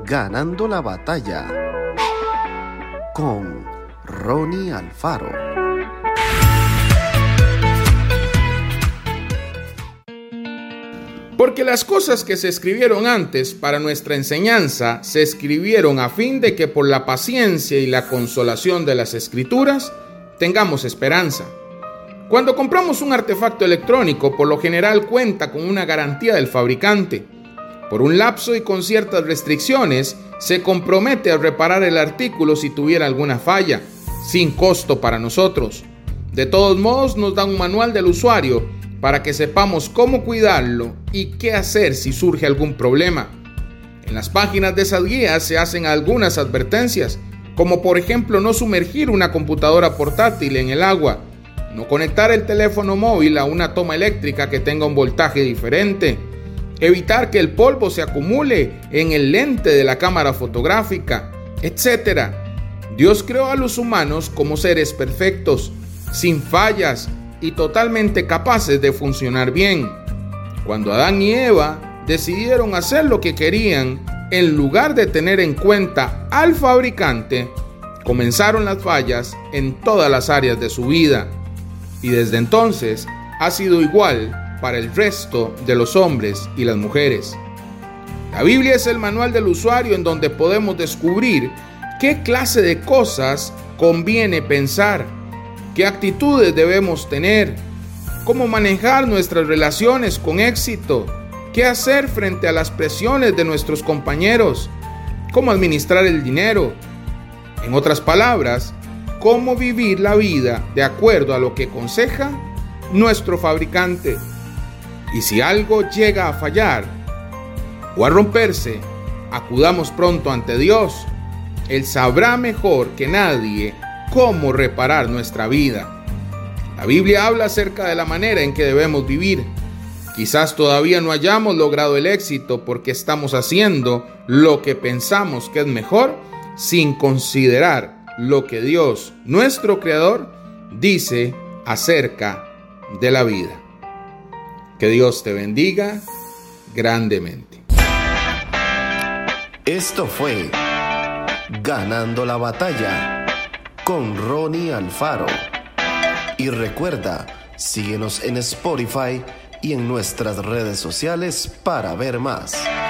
Ganando la batalla con Ronnie Alfaro. Porque las cosas que se escribieron antes para nuestra enseñanza se escribieron a fin de que por la paciencia y la consolación de las Escrituras tengamos esperanza. Cuando compramos un artefacto electrónico, por lo general cuenta con una garantía del fabricante. Por un lapso y con ciertas restricciones, se compromete a reparar el artículo si tuviera alguna falla, sin costo para nosotros. De todos modos, nos da un manual del usuario para que sepamos cómo cuidarlo y qué hacer si surge algún problema. En las páginas de esas guías se hacen algunas advertencias, como por ejemplo no sumergir una computadora portátil en el agua, no conectar el teléfono móvil a una toma eléctrica que tenga un voltaje diferente, evitar que el polvo se acumule en el lente de la cámara fotográfica, etc. Dios creó a los humanos como seres perfectos, sin fallas y totalmente capaces de funcionar bien. Cuando Adán y Eva decidieron hacer lo que querían, en lugar de tener en cuenta al fabricante, comenzaron las fallas en todas las áreas de su vida. Y desde entonces ha sido igual para el resto de los hombres y las mujeres. La Biblia es el manual del usuario en donde podemos descubrir qué clase de cosas conviene pensar, qué actitudes debemos tener, cómo manejar nuestras relaciones con éxito, qué hacer frente a las presiones de nuestros compañeros, cómo administrar el dinero. En otras palabras, cómo vivir la vida de acuerdo a lo que aconseja nuestro fabricante. Y si algo llega a fallar o a romperse, acudamos pronto ante Dios. Él sabrá mejor que nadie cómo reparar nuestra vida. La Biblia habla acerca de la manera en que debemos vivir. Quizás todavía no hayamos logrado el éxito porque estamos haciendo lo que pensamos que es mejor sin considerar lo que Dios, nuestro Creador, dice acerca de la vida. Que Dios te bendiga grandemente. Esto fue Ganando la batalla con Ronnie Alfaro. Y recuerda, síguenos en Spotify y en nuestras redes sociales para ver más.